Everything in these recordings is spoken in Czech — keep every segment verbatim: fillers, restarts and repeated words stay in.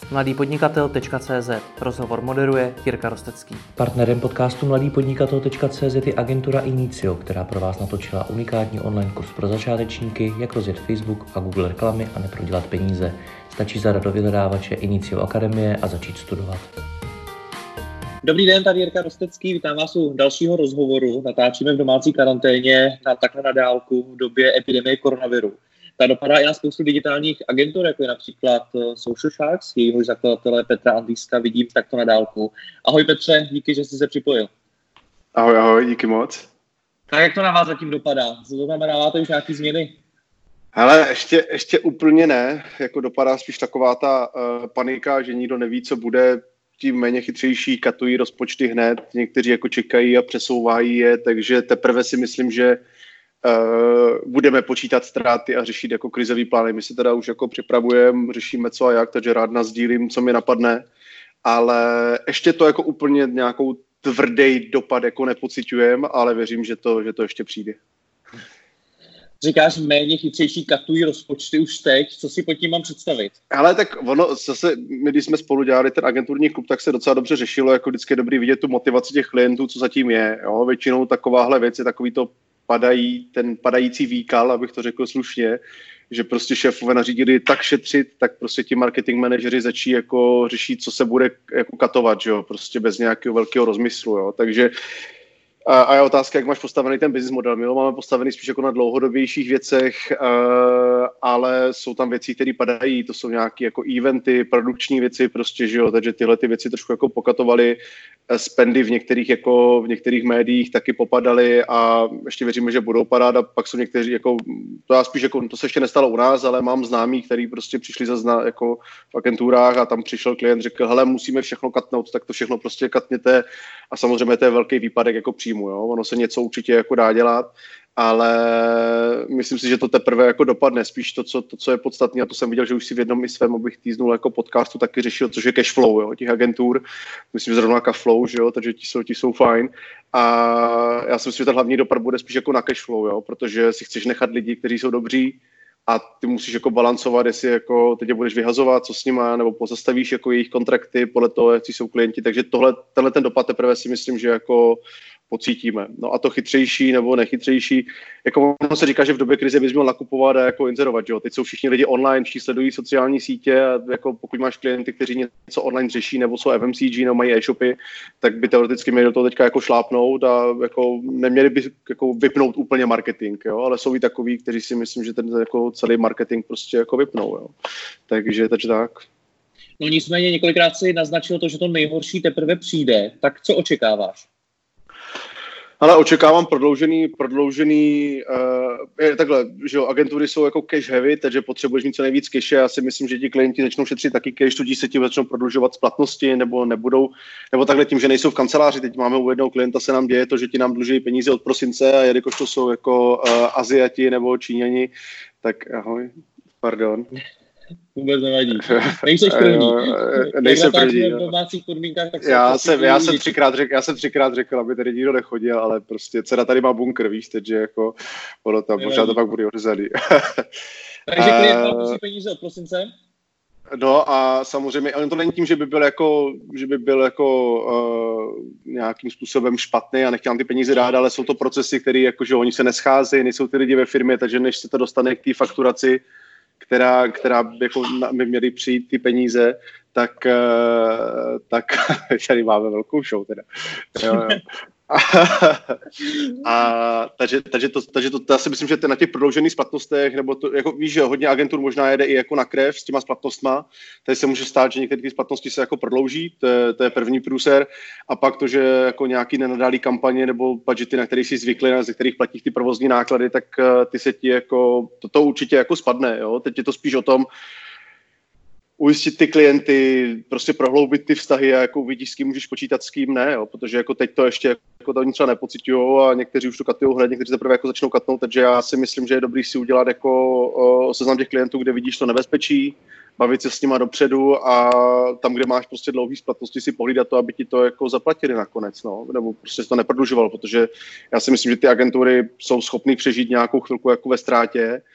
mladý podnikatel tečka cé zet. Rozhovor moderuje Jirka Rostecký. Partnerem podcastu mladý podnikatel tečka cé zet je agentura Inicio, která pro vás natočila unikátní online kurz pro začátečníky, jak rozjet Facebook a Google reklamy a neprodělat peníze. Stačí zadat do vyhledávače Inicio Akademie a začít studovat. Dobrý den, tady Jirka Rostecký, vítám vás u dalšího rozhovoru. Natáčíme v domácí karanténě na takhle na dálku v době epidemie koronaviru. Ta dopadá i na spoustu digitálních agentur, jako je například Social Sharks, jejíhož zakladatele Petra Andýska vidím takto na dálku. Ahoj Petře, díky, že jsi se připojil. Ahoj, ahoj, díky moc. Tak jak to na vás zatím dopadá? Co to znamená, máte už nějaký změny? Hele, ještě, ještě úplně ne, jako dopadá spíš taková ta uh, panika, že nikdo neví, co bude, tím méně chytřejší, katují rozpočty hned, někteří jako čekají a přesouvají je, takže teprve si myslím, že Uh, budeme počítat ztráty a řešit jako krizový plány. My se teda už jako připravujeme, řešíme co a jak, takže rád nasdílím, co mi napadne, ale ještě to jako úplně nějakou tvrdý dopad jako nepociťujeme, ale věřím, že to, že to ještě přijde. Říkáš méně chytřejší katují rozpočty už teď, co si pod tím mám představit? Ale tak ono, zase, my když jsme spolu dělali ten agenturní klub, tak se docela dobře řešilo, jako vždycky je dobrý vidět tu motivaci těch klientů, co zatím je. Jo? Většinou takováhle věc je takový to padají, ten padající výkal, abych to řekl slušně, že prostě šéfové nařídili tak šetřit, tak prostě ti marketing manažeři začí jako řešit, co se bude jako katovat, že jo, prostě bez nějakého velkého rozmyslu, jo, takže a, a je otázka, jak máš postavený ten business model. My ho máme postavený spíš jako na dlouhodobějších věcech, uh, ale jsou tam věci, které padají, to jsou nějaké jako eventy, produkční věci prostě, že jo, takže tyhle ty věci trošku jako pokatovaly, spendy v některých jako v některých médiích taky popadaly a ještě věříme, že budou padat a pak jsou někteří jako, to já spíš jako, to se ještě nestalo u nás, ale mám známí, který prostě přišli zazna jako v agenturách a tam přišel klient, řekl, hele, musíme všechno katnout, tak to všechno prostě katněte a samozřejmě to je velký výpadek jako příjmu. Jo? Ono se něco určitě jako dá dělat, ale myslím si, že to teprve jako dopadne. Spíš to, co, to, co je podstatné, a to jsem viděl, že už si v jednom i svém, abych týznul jako podcastu, taky řešil, což je cash flow, jo, těch agentur. Myslím, že zrovna cash flow, že jo, takže ti jsou, ti jsou fajn. A já si myslím, že ten hlavní dopad bude spíš jako na cash flow, jo, protože si chceš nechat lidi, kteří jsou dobří, a ty musíš jako balancovat, jestli jako teď je budeš vyhazovat, co s nima, nebo pozastavíš jako jejich kontrakty podle toho, jaký jsou klienti. Takže tohle, tenhle ten dopad teprve si myslím, že jako pocítíme. No a to chytřejší nebo nechytřejší, jako ono se říká, že v době krize bys měl nakupovat a jako inzerovat, že jo. Teď jsou všichni lidi online, všichni sledují sociální sítě a jako pokud máš klienty, kteří něco online řeší nebo jsou F M C G nebo mají e-shopy, tak by teoreticky měli do toho teďka jako šlápnout a jako neměli by jako vypnout úplně marketing, jo, ale jsou i takový, kteří si myslím, že ten jako celý marketing prostě jako vypnou, jo. Takže takže tak. No nicméně několikrát si naznačil to, že to nejhorší teprve přijde, tak co očekáváš? Ale očekávám prodloužený, prodloužený uh, je takhle, že jo, agentury jsou jako cash heavy, takže potřebuješ mít co nejvíc cache. Já si myslím, že ti klienti začnou šetřit taky cash, tudíž se ti začnou prodlužovat splatnosti, nebo nebudou, nebo takhle tím, že nejsou v kanceláři. Teď máme u jednoho klienta, se nám děje to, že ti nám dluží peníze od prosince a jelikož to jsou jako uh, Aziati nebo Číňani, tak ahoj, pardon. Vůbec nevadí. Nejseš první. Nejsem první. V domácích podmínkách, tak já, jsem, já, jsem třikrát řek, já jsem třikrát řekl, aby tady nikdo nechodil, ale prostě dcera tady má bunkr, víš, takže jako ono tam, možná to pak bude odřezaný. Takže klient má pusí peníze od prosince? No a samozřejmě, ale to není tím, že by byl jako, že by byl jako uh, nějakým způsobem špatný a nechtěl ty peníze dát, ale jsou to procesy, které jako, že oni se nescházejí, nejsou ty lidi ve firmě, takže než se to dostane k té fakturaci, která, která jako by měly přijít ty peníze, tak, tak tady máme velkou show teda. Jo, jo. A, takže, takže, to, takže to, já si myslím, že na těch prodloužených splatnostech, nebo to, jako víš, že hodně agentur možná jede i jako na krev s těma splatnostma, tady se může stát, že některé ty splatnosti se jako prodlouží, to je, to je první průser, a pak to, že jako nějaký nenadálý kampaně nebo budgety, na kterých jsi zvykli, ze kterých platíš ty provozní náklady, tak ty se ti jako, to, to určitě jako spadne, jo, teď je to spíš o tom, ujistit ty klienty, prostě prohloubit ty vztahy a jako uvidíš, s kým můžeš počítat, s kým ne, jo? Protože jako teď to ještě jako to oni třeba nepocitujou a někteří už to katujou hned, někteří teprve jako začnou katnout, takže já si myslím, že je dobrý si udělat jako o, seznam těch klientů, kde vidíš to nebezpečí, bavit se s nima dopředu a tam, kde máš prostě dlouhý splatnosti, si pohlídat to, aby ti to jako zaplatili nakonec, no, nebo prostě to neprodlužovalo, protože já si myslím, že ty agentury jsou schopný přežít nějakou chvilku jako ve ztrátě,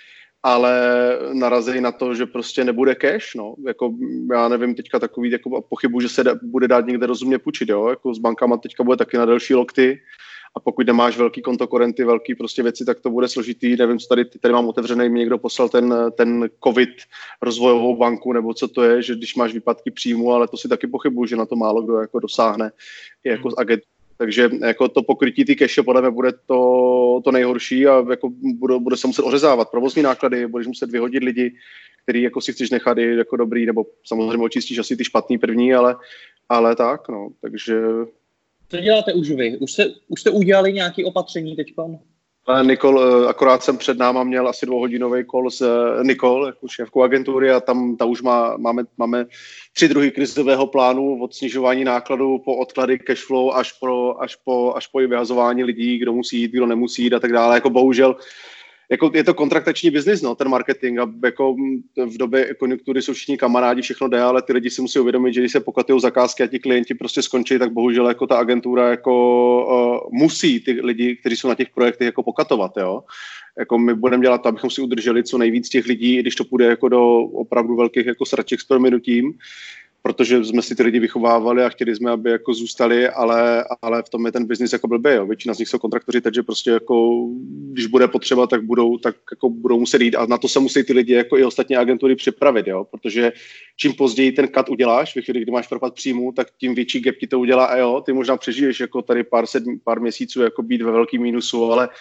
ale narazí na to, že prostě nebude cash, no, jako já nevím, teďka takový jako pochybu, že se da, bude dát někde rozumně půjčit, jo, jako s bankama teďka bude taky na delší lokty a pokud nemáš velký kontokorenty, velký prostě věci, tak to bude složitý, nevím, co tady, tady mám otevřený, mi někdo poslal ten, ten covid rozvojovou banku, nebo co to je, že když máš výpadky příjmu, ale to si taky pochybuju, že na to málo kdo jako dosáhne, i jako z agent. Takže jako to pokrytí ty cache podle mě bude to, to nejhorší a jako bude, bude se muset ořezávat provozní náklady, budeš muset vyhodit lidi, který jako si chceš nechat jako dobrý, nebo samozřejmě očistíš asi ty špatný první, ale, ale tak, no, takže... Co děláte už vy? Už, se, už jste udělali nějaké opatření teďkon? Nikol, akorát jsem před náma měl asi dvouhodinový call s Nikol, jako šéfkou agentury a tam ta už má, máme, máme tři druhy krizového plánu od snižování nákladů po odklady cashflow až po, až po, až po vyhazování lidí, kdo musí jít, kdo nemusí jít a tak dále. Jako bohužel jako je to kontraktační biznis, no, ten marketing a jako v době konjunktury jsou všichni kamarádi, všechno jde, ale ty lidi si musí uvědomit, že když se pokatují zakázky a ti klienti prostě skončí, tak bohužel jako ta agentura jako uh, musí ty lidi, kteří jsou na těch projektech, jako pokatovat, jo. Jako my budeme dělat to, abychom si udrželi co nejvíc těch lidí, když to půjde jako do opravdu velkých jako sraček s prominutím, protože jsme si ty lidi vychovávali a chtěli jsme, aby jako zůstali, ale, ale v tom je ten biznis jako blbý, jo. Většina z nich jsou kontraktoři, takže prostě jako, když bude potřeba, tak budou, tak jako budou muset jít a na to se musí ty lidi jako i ostatní agentury připravit, jo, protože čím později ten cut uděláš, ve chvíli, kdy máš propad příjmu, tak tím větší gap ti to udělá a jo, ty možná přežiješ jako tady pár, sedm, pár měsíců jako být ve velkým mínusu, ale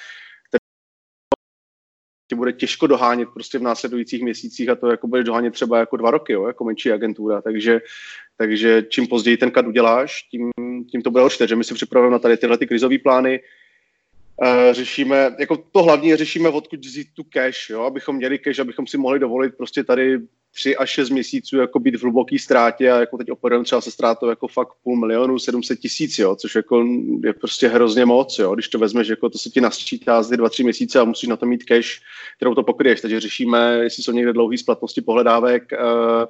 bude těžko dohánět prostě v následujících měsících a to jako bude dohánět třeba jako dva roky, jo, jako menší agentura, takže, takže čím později ten cut uděláš, tím, tím to bude horší, takže my si připravujeme na tady tyhle ty krizové plány, uh, řešíme, jako to hlavně řešíme, odkud vzít tu cash, jo, abychom měli cash, abychom si mohli dovolit prostě tady tři až šest měsíců jako být v hluboký ztrátě a jako teď operujeme třeba se ztrátou jako fakt půl milionu, sedm set tisíc, jo, což jako je prostě hrozně moc, jo, když to vezmeš, jako to se ti nasčítá za dva, tři měsíce a musíš na to mít cash, kterou to pokryješ, takže řešíme, jestli jsou někde dlouhý splatnosti pohledávek, uh,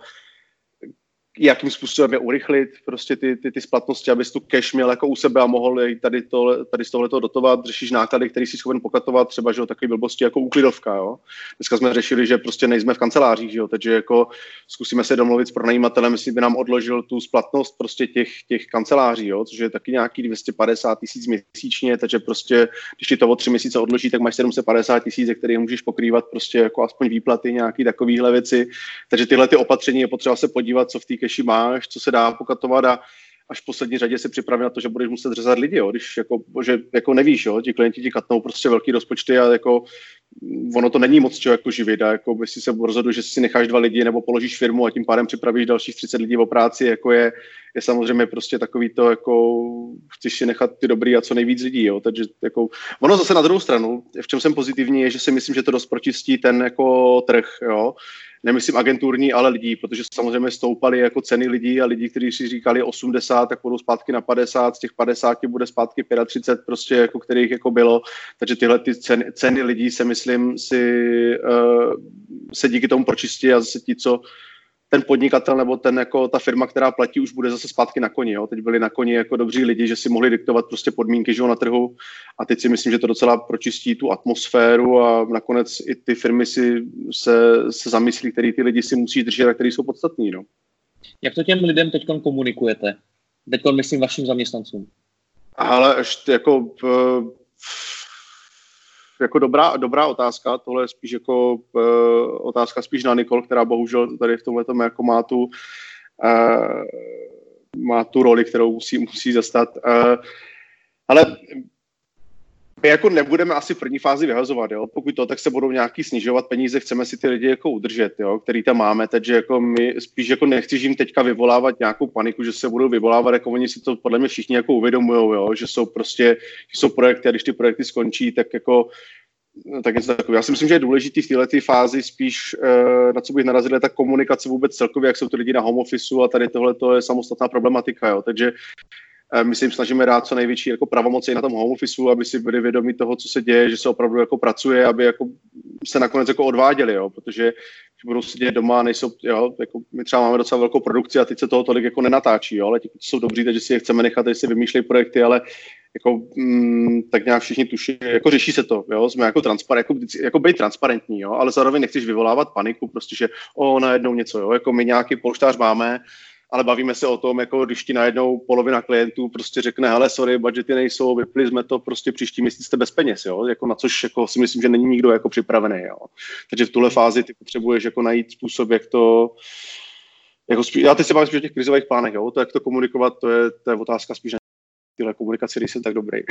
jakým způsobem je urychlit prostě ty, ty, ty splatnosti, abys tu cash měl jako u sebe a mohl tady, to, tady z tohleto dotovat, řešíš náklady, který jsi schopen pokatovat, třeba, že jo, takové blbosti jako úklidovka, jo. Dneska jsme řešili, že prostě nejsme v kancelářích, že jo, takže jako zkusíme se domluvit s pronajímatelem, jestli by nám odložil tu splatnost prostě těch, těch kanceláří, jo, což je taky nějaký dvě stě padesát tisíc měsíčně, takže prostě, když ti to o tři měsíce odloží, tak máš sedm set padesát tisíc, které můžeš pokrývat prostě jako aspoň výplaty, nějaký takovýhle věci, takže tyhle ty opatření je potřeba se podívat, co v té cashi máš, co se dá pokatovat a až v poslední řadě se připravit na to, že budeš muset řezat lidi, jo, když jako, že jako nevíš, jo, ti klienti ti katnou prostě velký rozpočty a jako ono to není moc čeho jako živit a jako jestli se rozhoduješ, že si necháš dva lidi nebo položíš firmu a tím pádem připravíš dalších třicet lidí o práci, jako je, je samozřejmě prostě takový to, jako chceš si nechat ty dobrý a co nejvíc lidí, jo, takže jako ono zase na druhou stranu, v čem jsem pozitivní, je, že si myslím, že to dost pročistí ten jako trh, jo. Nemyslím agenturní, ale lidí, protože samozřejmě stoupaly jako ceny lidí a lidí, kteří si říkali osmdesát, tak budou zpátky na padesát, z těch padesáti bude zpátky třicet pět, prostě jako kterých jako bylo, takže tyhle ty ceny, ceny lidí se myslím si uh, se díky tomu pročistí a zase ti, co ten podnikatel nebo ten jako ta firma, která platí, už bude zase zpátky na koni, jo. Teď byli na koni jako dobří lidi, že si mohli diktovat prostě podmínky, že jo, na trhu a teď si myslím, že to docela pročistí tu atmosféru a nakonec i ty firmy si se, se zamyslí, který ty lidi si musí držet a který jsou podstatní, no. Jak to těm lidem teď komunikujete? Teď myslím vašim zaměstnancům. Ale ještě jako jako dobrá, dobrá otázka, tohle je spíš jako uh, otázka spíš na Nikol, která bohužel tady v tomhletom jako má tu, uh, má tu roli, kterou musí, musí zastat. Uh, ale my jako nebudeme asi v první fázi vyhazovat, jo. Pokud to, tak se budou nějaký snižovat peníze, chceme si ty lidi jako udržet, jo, který tam máme, takže jako my spíš jako nechci jim teďka vyvolávat nějakou paniku, že se budou vyvolávat, jako oni si to podle mě všichni jako uvědomujou, jo, že jsou prostě, že jsou projekty a když ty projekty skončí, tak jako tak něco takového. Já si myslím, že je důležitý v této fázi spíš, na co bych narazil, je ta komunikace vůbec celkově, jak jsou ty lidi na home officeu a tady tohle to je samostatná problematika, jo, takže my si jim snažíme dát co největší jako pravomoci na tom home officeu, aby si byli vědomi toho, co se děje, že se opravdu jako pracuje, aby jako se nakonec jako odváděli, jo, protože když budou sedět doma, nejsou, jo, jako my třeba máme docela velkou produkci a teď se toho tolik jako nenatáčí, jo, ale ti jsou dobří, takže si je chceme nechat, že si vymýšlejí projekty, ale jako, mm, tak nějak všichni tuší, jako řeší se to, jo, jsme jako transparent, jako, jako být transparentní, jo, ale zároveň nechceš vyvolávat paniku, prostě, že o, najednou něco, jo, jako my nějaký polštář máme, ale bavíme se o tom, jako když ti najednou polovina klientů prostě řekne, hele, sorry, budžety nejsou, vypli jsme to, prostě příští měsíc jste bez peněz, jo, jako na což jako si myslím, že není nikdo jako připravený, jo. Takže v tuhle fázi ty potřebuješ jako najít způsob, jak to, jako spíš, já teď se bavím spíš o těch krizových plánech, jo, to jak to komunikovat, to je, to je otázka spíš na tyhle komunikaci, když jsem tak dobrý.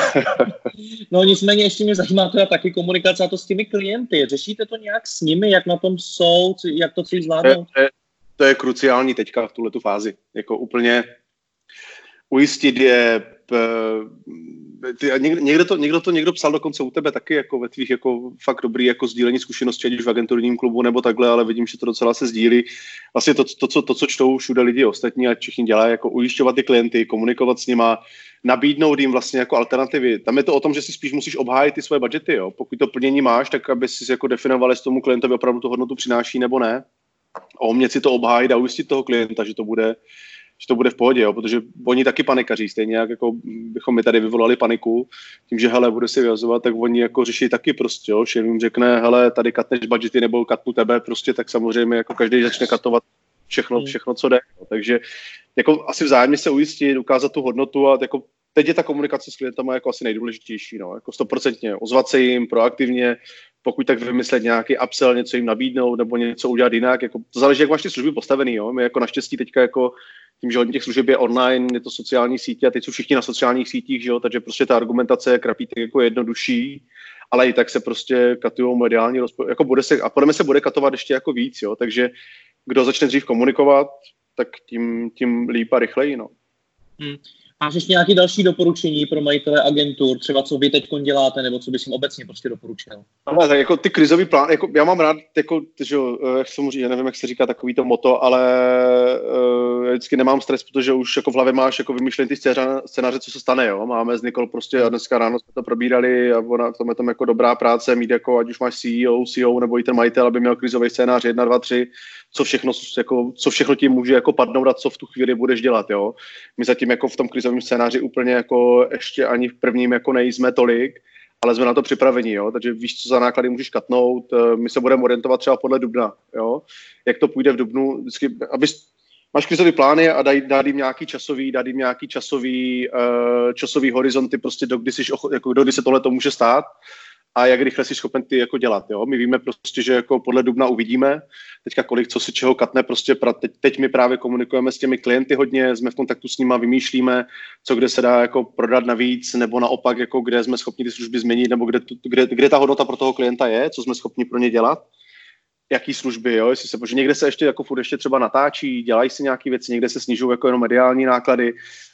No nicméně ještě mě zajímá teda taky komunikace a to s těmi klienty, řešíte to nějak s nimi, jak na tom jsou, jak to celý zvládnou? To je, to je kruciální teďka v tuhletu fázi. Jako úplně ujistit je, ty, někdo, to, někdo to někdo psal dokonce u tebe taky, jako ve tvých jako fakt dobrý jako sdílení zkušeností, ať už v agenturním klubu nebo takhle, ale vidím, že to docela se sdílí. Vlastně to, to, co, to co čtou všude lidi ostatní a všichni dělají, jako ujišťovat ty klienty, komunikovat s nima, nabídnout jim vlastně jako alternativy. Tam je to o tom, že si spíš musíš obhájit ty svoje budžety, jo. Pokud to plnění máš, tak aby si jako definoval, jestli tomu klientovi opravdu tu hodnotu přináší nebo ne. A umět si to obhájit a ujistit toho klienta, že to bude, že to bude v pohodě, jo? Protože oni taky panikaří, stejně jak jako bychom my tady vyvolali paniku, tím, že hele, bude si vyjazovat, tak oni jako řeší taky prostě, jo? Že jim řekne, hele, tady katneš budgety nebo katnu tebe, prostě, tak samozřejmě jako každý začne katovat všechno, všechno co jde. Jo? Takže jako asi vzájemně se ujistit, ukázat tu hodnotu a jako teď je ta komunikace s klientama jako asi nejdůležitější, no? Jako stoprocentně ozvat se jim proaktivně, pokud tak vymyslet nějaký upsell, něco jim nabídnout nebo něco udělat jinak, jako, to záleží, jak máš ty služby postavený, jo? My jako naštěstí teďka jako tím, že hodně těch služeb je online, je to sociální sítě a teď jsou všichni na sociálních sítích, že jo? Takže prostě ta argumentace je krapítek jako jednodušší, ale i tak se prostě katujou mediální rozpo- jako bude se, a podle mě se bude katovat ještě jako víc, jo? Takže kdo začne dřív komunikovat, tak tím, tím líp a rychleji, no. Hmm. Máš ještě nějaké další doporučení pro majitele agentur, třeba co vy teď děláte, nebo co bys jim obecně prostě doporučil? Ale tak jako ty krizový plán, jako já mám rád, jako, že jak jsem říct, já nevím, jak se říká takový to moto, ale uh, já vždycky nemám stres, protože už jako v hlavě máš jako vymýšlený ty scénáře, co se stane, jo. Máme s Nikol prostě a dneska ráno jsme to probírali a ona, v tom je tam jako dobrá práce, mít jako, ať už máš C E O, C E O nebo i ten majitel, aby měl krizový scénář jedna, dva, tři, co všechno, jako, co všechno ti může jako padnout a co v tu chvíli budeš dělat, jo. My zatím jako v tom krizovém scénáři úplně jako ještě ani v prvním jako nejsme tolik, ale jsme na to připraveni, jo, takže víš, co za náklady můžeš katnout, my se budeme orientovat třeba podle dubna, jo, jak to půjde v dubnu, vždycky, abys, máš krizový plány a daj, dát jim nějaký časový, dát jim nějaký časový, uh, časový horizonty, prostě do kdy, jsi, jako, do kdy se tohle to může stát a jak rychle jsi schopen ty jako dělat, jo, my víme prostě, že jako podle dubna uvidíme, teďka kolik, co si čeho katne, prostě pra, teď, teď my právě komunikujeme s těmi klienty hodně, jsme v kontaktu s nima, vymýšlíme, co kde se dá jako prodat navíc, nebo naopak, jako kde jsme schopni ty služby změnit, nebo kde, kde, kde ta hodnota pro toho klienta je, co jsme schopni pro ně dělat, jaký služby, jo, jestli se, protože někde se ještě jako furt ještě třeba natáčí, dělají si nějaké věci, někde se snižují jako jenom mediální náklady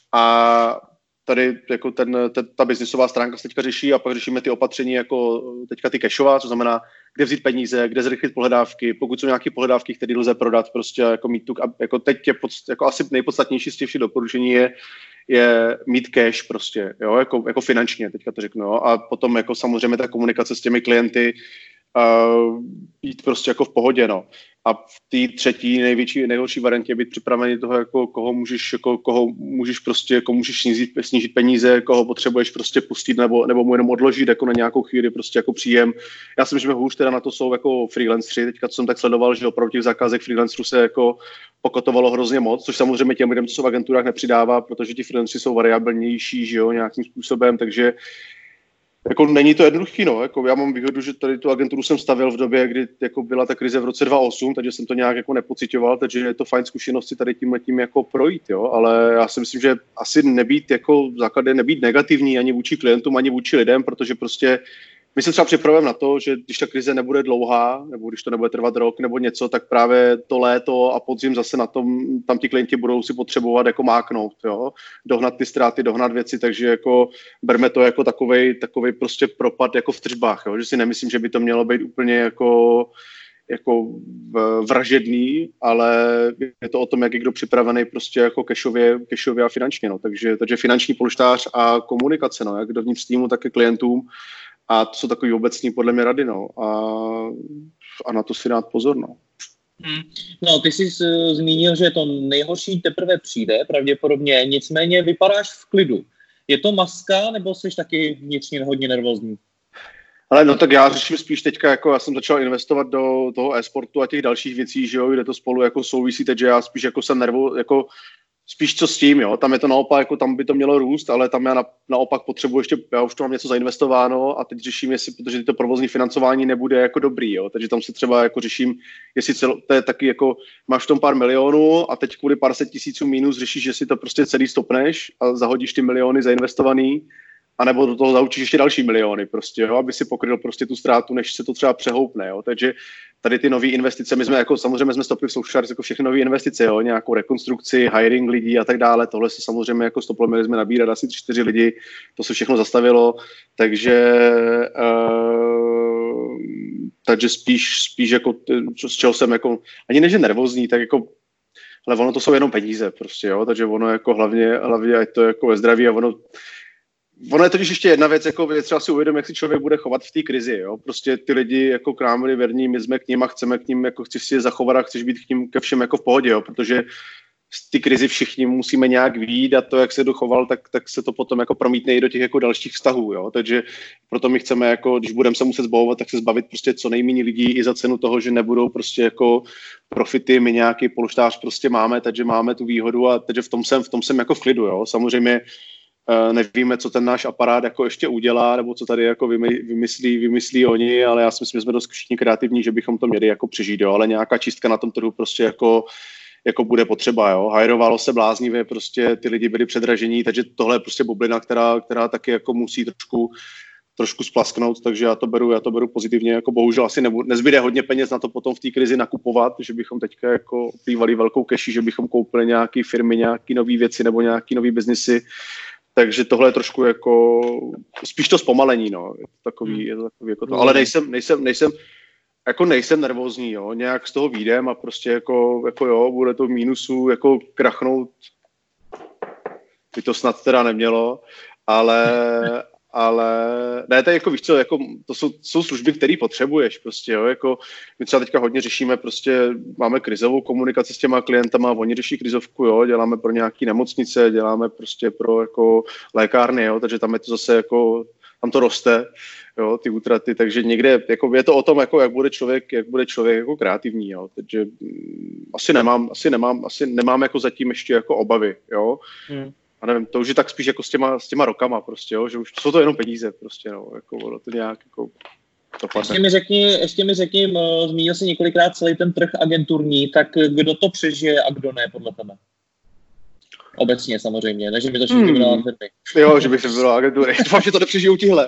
a tady jako ten, ten, ta biznisová stránka se teďka řeší a pak řešíme ty opatření jako teďka ty cashová, co znamená, kde vzít peníze, kde zrychlit pohledávky, pokud jsou nějaké pohledávky, které lze prodat, prostě jako mít tu, jako teď je pod, jako asi nejpodstatnější z těch všech doporučení je, je mít cash prostě, jo, jako, jako finančně, teďka to řeknu, jo, a potom jako samozřejmě ta komunikace s těmi klienty, Uh, být prostě jako v pohodě, no. A v té třetí největší, nejhorší variantě být připravený toho, jako koho můžeš, jako koho můžeš prostě, jako můžeš snížit, snížit peníze, koho potřebuješ prostě pustit nebo, nebo mu jenom odložit jako na nějakou chvíli prostě jako příjem. Já si myslím, že hůř teda na to jsou jako freelanceri, teďka co jsem tak sledoval, že opravdu těch zakázek freelancerů se jako pokotovalo hrozně moc, což samozřejmě těm lidem, co jsou v agenturách, nepřidává, protože ti freelanceri jsou variabilnější, že jo, nějakým způsobem, takže jako není to jednoduchý, no, jako já mám výhodu, že tady tu agenturu jsem stavil v době, kdy jako byla ta krize v roce dva tisíce osm, takže jsem to nějak jako nepocitoval, takže je to fajn zkušenost si tady tímhletím jako projít, jo, ale já si myslím, že asi nebýt jako v základě nebýt negativní ani vůči klientům, ani vůči lidem, protože prostě my se třeba připravujeme na to, že když ta krize nebude dlouhá, nebo když to nebude trvat rok nebo něco, tak právě to léto a podzim zase na tom, tam ti klienti budou si potřebovat jako máknout, jo, dohnat ty ztráty, dohnat věci, takže jako berme to jako takovej, takovej prostě propad jako v tržbách, jo, že si nemyslím, že by to mělo být úplně jako jako vražedný, ale je to o tom, jak je kdo připravený prostě jako cashově, cashově a finančně, no, takže, takže finanční polštář a komunikace, no, jak dovnitř týmu, tak i klientům. A to jsou takový obecní podle mě rady, no. A, a na to si dát pozor, no. Hmm. No, ty jsi zmínil, že to nejhorší teprve přijde, pravděpodobně, nicméně vypadáš v klidu. Je to maska, nebo jsi taky vnitřně hodně nervózní? Ale no tak já řeším spíš teďka, jako já jsem začal investovat do toho e-sportu a těch dalších věcí, že jo, kde to spolu jako souvisí, takže já spíš jako jsem nervózní, jako spíš co s tím, jo, tam je to naopak, jako tam by to mělo růst, ale tam já na, naopak potřebuji ještě, já už to mám něco zainvestováno a teď řeším, jestli, protože to provozní financování nebude jako dobrý, jo, takže tam se třeba jako řeším, jestli celo, to je taky jako, máš v tom pár milionů a teď kvůli pár set tisíců mínus řešíš, že si to prostě celý stopneš a zahodíš ty miliony zainvestovaný, anebo do toho zaučíš ještě další miliony prostě, jo, aby si pokryl prostě tu ztrátu, než se to třeba přehoupne, jo, takže tady ty nové investice, my jsme jako samozřejmě jsme stopli v Socials jako všechny nové investice, jo, nějakou rekonstrukci, hiring lidí a tak dále, tohle se samozřejmě jako stoplo, měli jsme nabírat asi tři, čtyři lidi, to se všechno zastavilo, takže uh, takže spíš, spíš jako, z čeho jsem jako, ani než je nervózní, tak jako, ale ono to jsou jenom peníze prostě, jo, takže ono jako hlavně, hlavně ať to jako ve zdraví a ono Ono je totiž ještě jedna věc, jako je třeba si uvědomit, jak si člověk bude chovat v té krizi, jo. Prostě ty lidi jako k nám byli věrní, my jsme k ním a chceme k ním, jako chceš si je zachovat a chceš být k ním ke všem jako v pohodě, jo, protože z té krizi všichni musíme nějak vyjít a to, jak se dochoval, tak, tak se to potom jako promítne i do těch jako dalších vztahů, jo. Takže proto my chceme jako, když budeme se muset zbavovat, tak se zbavit prostě co nejméně lidí i za cenu toho, že nebudou prostě jako profity, my nějaký polštář prostě máme, takže máme tu výhodu a takže v tom jsem, v tom jsem jako v klidu, jo. Samozřejmě Uh, nevíme, co ten náš aparát jako ještě udělá, nebo co tady jako vymyslí, vymyslí oni, ale já si myslím, že jsme dost všichni kreativní, že bychom to měli jako přežít, jo, ale nějaká čistka na tom trhu prostě jako, jako bude potřeba, jo. Hajrovalo se bláznivě, prostě ty lidi byli předražení, takže tohle je prostě bublina, která, která taky jako musí trošku, trošku splasknout, takže já to beru, já to beru pozitivně, jako bohužel asi nebude, nezbyde hodně peněz na to potom v té krizi nakupovat, že bychom teďka jako plývali velkou keši, že bychom koupili nějaké firmy, nějaké nové věci nebo nějaké nové biznisy. Takže tohle je trošku jako, spíš to zpomalení, no, je to takový, je to takový jako to, ale nejsem, nejsem, nejsem, jako nejsem nervózní, jo, nějak z toho výjdem a prostě jako, jako jo, bude to v mínusu, jako krachnout, by to snad teda nemělo, ale, ale, ne, to je jako, víš co, jako, to jsou, jsou služby, které potřebuješ, prostě, jo, jako, my třeba teďka hodně řešíme, prostě máme krizovou komunikaci s těma klientama, oni řeší krizovku, jo, děláme pro nějaký nemocnice, děláme prostě pro, jako, lékárny, jo, takže tam je to zase, jako, tam to roste, jo, ty útraty, takže někde, jako, je to o tom, jako, jak bude člověk, jak bude člověk, jako, kreativní, jo, takže mm, asi nemám, asi nemám, asi nemám, jako, zatím ještě, jako, obavy, jo, hmm. A nevím, to už je tak spíš jako s těma, s těma rokama prostě, jo, že už jsou to jenom peníze prostě, no, jako ono to nějak jako dopadne. Ještě mi řekni, ještě mi řekni, uh, zmínil jsi několikrát celý ten trh agenturní, tak kdo to přežije a kdo ne podle tebe? Obecně samozřejmě, ne, že by to všichni hmm. vybral firmy. Jo, že bych se vybral agentury. Doufám, že to nepřežijou tihle.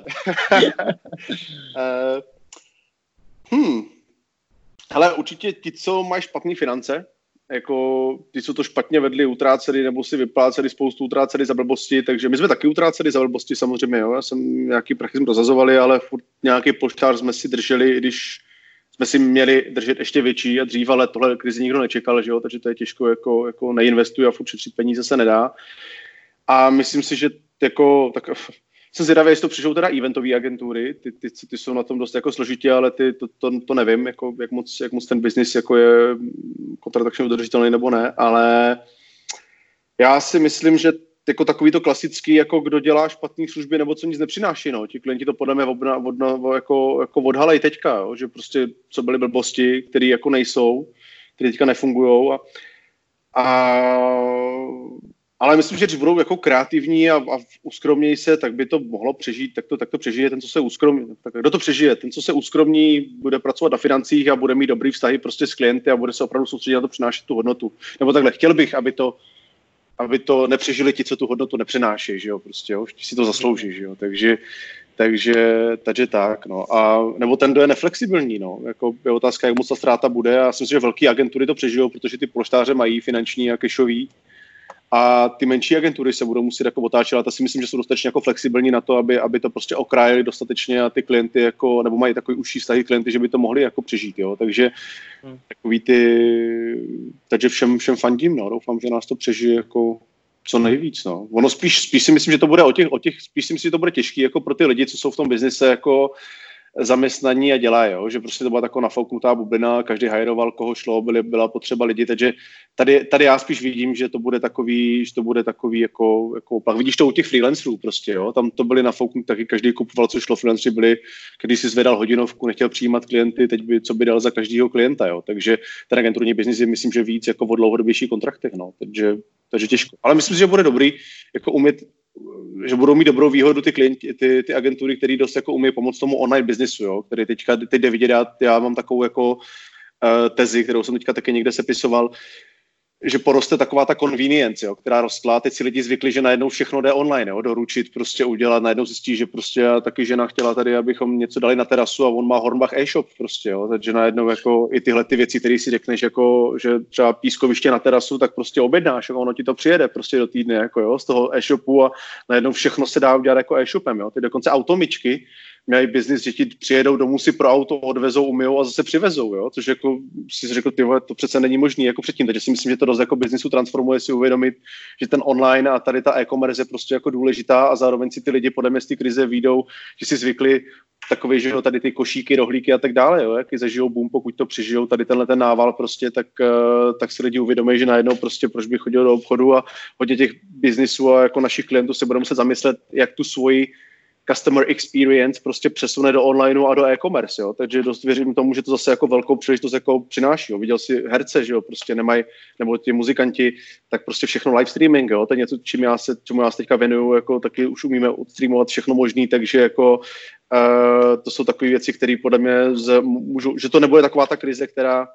uh, hmm. Hele, určitě ti, co mají špatné finance, jako ty, co to špatně vedli, utráceli nebo si vypláceli spoustu utráceli za blbosti, takže my jsme taky utráceli za blbosti samozřejmě, jo, já jsem nějaký prachy jsme rozhazovali, ale furt nějaký polštář jsme si drželi, když jsme si měli držet ještě větší a dřív, ale tohle krizi nikdo nečekal, že jo, takže to je těžko, jako, jako neinvestuj a furt šetřit peníze se nedá. A myslím si, že jako, tak jsem zvědavý, jestli to přišou teda eventové agentury, ty, ty, ty jsou na tom dost jako složitě, ale ty, to, to, to nevím, jako, jak, moc, jak moc ten biznis jako je kontraktačně udržitelný nebo ne, ale já si myslím, že jako takový to klasický, jako kdo dělá špatné služby nebo co nic nepřináší, no. Ti klienti to podle mě odna, odna, jako, jako odhalej teďka, jo, že prostě co byly blbosti, které jako nejsou, které teďka nefungujou a, a ale myslím, že když budou jako kreativní a, a uskromnějí se, tak by to mohlo přežít, tak to, tak to přežije ten, co se uskromní. Tak kdo to přežije? Ten, co se uskromní, bude pracovat na financích a bude mít dobrý vztahy prostě s klienty a bude se opravdu soustředit na to přinášet tu hodnotu. Nebo takhle, chtěl bych, aby to, aby to nepřežili ti, co tu hodnotu nepřináší, že jo, prostě, jo, ti si to zaslouží, že jo, takže, takže, takže tak, no, a nebo ten, kdo je neflexibilní, no, jako je otázka, jak moc ta ztráta bude, a já si myslím, že velké agentury to přežijou, protože ty polštáře mají finanční a cashový, a ty menší agentury se budou muset jako otáčet, ale to si myslím, že jsou dostatečně jako flexibilní na to, aby, aby to prostě okrájeli dostatečně a ty klienty jako, nebo mají takový užší vztahy klienty, že by to mohli jako přežít, jo, takže hmm. takový ty, takže všem, všem fandím, no, doufám, že nás to přežije jako co nejvíc, no. Ono spíš, spíš si myslím, že to bude o těch, o těch, spíš si myslím, že to bude těžký jako pro ty lidi, co jsou v tom biznise jako zaměstnaní a dělá, jo? Že prostě to byla taková nafouknutá bublina, každý hajroval, koho šlo, byly, byla potřeba lidi, takže tady, tady já spíš vidím, že to bude takový, že to bude takový jako, jako oplach. Vidíš to u těch freelancerů prostě, jo? Tam to byly nafouknuté, taky každý kupoval, co šlo, freelanceři byli, když si zvedal hodinovku, nechtěl přijímat klienty, teď by, co by dal za každého klienta, jo? Takže ten agenturní biznis je, myslím, že víc jako o dlouhodobějších kontraktech, no, takže, takže těžko. Ale myslím si, že bude dobrý, jako umět, že budou mít dobrou výhodu ty klienti, ty, ty agentury, který dost jako umí pomoct tomu online biznisu, jo, který teďka teď jde vidět, já, já mám takovou jako uh, tezi, kterou jsem teďka taky někde sepisoval, že poroste taková ta convenience, jo, která rostla. Teď si lidi zvykli, že najednou všechno jde online, jo, doručit, prostě udělat, najednou zjistí, že prostě já taky žena chtěla tady, abychom něco dali na terasu a on má Hornbach e-shop prostě, jo, takže najednou jako i tyhle ty věci, které si řekneš, jako, že třeba pískoviště na terasu, tak prostě objednáš, jako ono ti to přijede prostě do týdne, jako jo, z toho e-shopu a najednou všechno se dá udělat jako e-shopem, jo, ty dokonce automičky mají biznis, že ti přijedou domů, si pro auto odvezou, umyjou a zase přivezou, jo? Což jako si řekl, ty vole, to přece není možný jako předtím, takže si myslím, že to dost jako biznisu transformuje, si uvědomit, že ten online a tady ta e-commerce je prostě jako důležitá a zároveň si ty lidi podle mě z té krize výjdou, že si zvykli takový, že jo, tady ty košíky, rohlíky a tak dále, jo, jaký zažijou boom, pokud to přežijou, tady tenhle ten nával prostě, tak, tak si lidi uvědomí, že najednou prostě proč by chodil do obchodu a hodně těch biznisů a jako našich klientů se budeme muset zamyslet, jak tu svoji customer experience prostě přesune do onlineu a do e-commerce, jo. Takže dost věřím tomu, že to zase jako velkou příležitost jako přináší, jo. Viděl si herce, že jo, prostě nemají, nebo ti muzikanti, tak prostě všechno live streaming, jo. To je něco, čím já se, čemu já se teďka věnuju, jako taky už umíme odstreamovat všechno možný, takže jako uh, to jsou takové věci, které podle mě z, můžu, že to nebude taková ta krize, která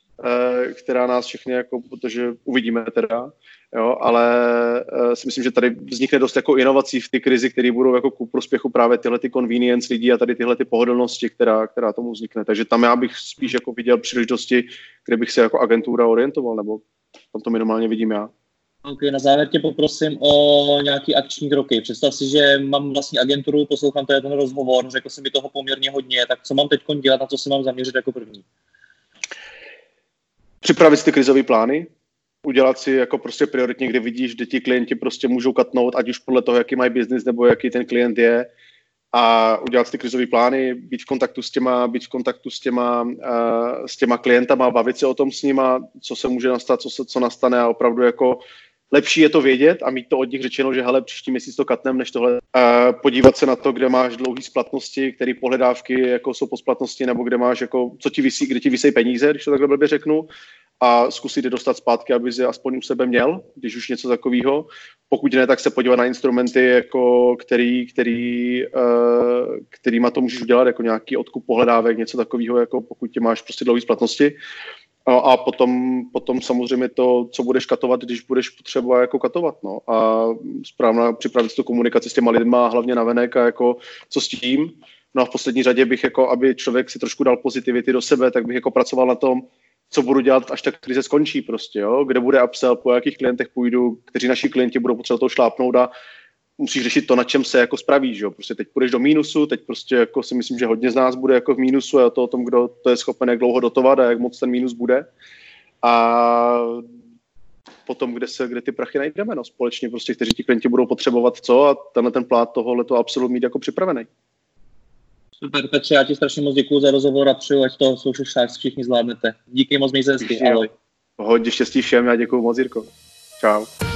která nás všechny, jako, protože uvidíme teda, jo, ale uh, si myslím, že tady vznikne dost jako inovací v té krizi, které budou jako ku prospěchu právě tyhle ty convenience lidí a tady tyhle ty pohodlnosti, která, která tomu vznikne. Takže tam já bych spíš jako viděl příležitosti, kde bych se jako agentura orientoval, nebo tam to minimálně vidím já. Ok, na závěr tě poprosím o nějaký akční kroky. Představ si, že mám vlastní agenturu, poslouchám tady ten rozhovor, řekl jsem mi toho poměrně hodně, tak co mám teď dělat, na co se mám zaměřit jako první? Připravit si ty krizové plány, udělat si jako prostě prioritně, kde vidíš, kde ti klienti prostě můžou katnout, ať už podle toho, jaký mají biznis nebo jaký ten klient je, a udělat si ty krizové plány, být v kontaktu s těma, být v kontaktu s těma, uh, s těma klientama, bavit se o tom s nima, co se může nastat, co se co nastane a opravdu jako lepší je to vědět a mít to od nich řečeno, že hele, příští měsíc to katnem, než tohle. Uh, podívat se na to, kde máš dlouhý splatnosti, které pohledávky jako jsou po splatnosti, nebo kde máš jako, co ti visí, kde ti visí peníze, když to takhle blbě řeknu, a zkusit je dostat zpátky, aby si aspoň u sebe měl, když už něco takového. Pokud ne, tak se podívat na instrumenty, jako který, který, uh, kterýma to můžeš udělat, jako nějaký odkup pohledávek, něco takového, jako pokud tě máš prostě dlouhý splatnosti. A potom, potom samozřejmě to, co budeš katovat, když budeš potřeba jako katovat, no. A správná připravit tu komunikaci s těma lidma, hlavně navenek a jako co s tím. No a v poslední řadě bych jako, aby člověk si trošku dal pozitivity do sebe, tak bych jako pracoval na tom, co budu dělat, až ta krize skončí prostě, jo. Kde bude upsell, po jakých klientech půjdu, kteří naši klienti budou potřebovat toho šlápnout a musíš řešit to, na čem se jako spravíš, jo. Prostě teď půjdeš do mínusu, teď prostě jako si myslím, že hodně z nás bude jako v mínusu a to o tom, kdo to je schopen, jak dlouho dotovat a jak moc ten mínus bude. A potom, kde se, kde ty prachy najdeme, no, společně prostě, kteří ti klienti budou potřebovat co a tenhle ten plát tohohle to absolut mít jako připravený. Super, Petře, já ti strašně moc děkuju za rozhovor a přeju, ať to Social Sharks všichni zvládnete. Díky moc, měj se hezky, ahoj. Hodně štěstí všem, já děkuju moc, Jirko. Čau.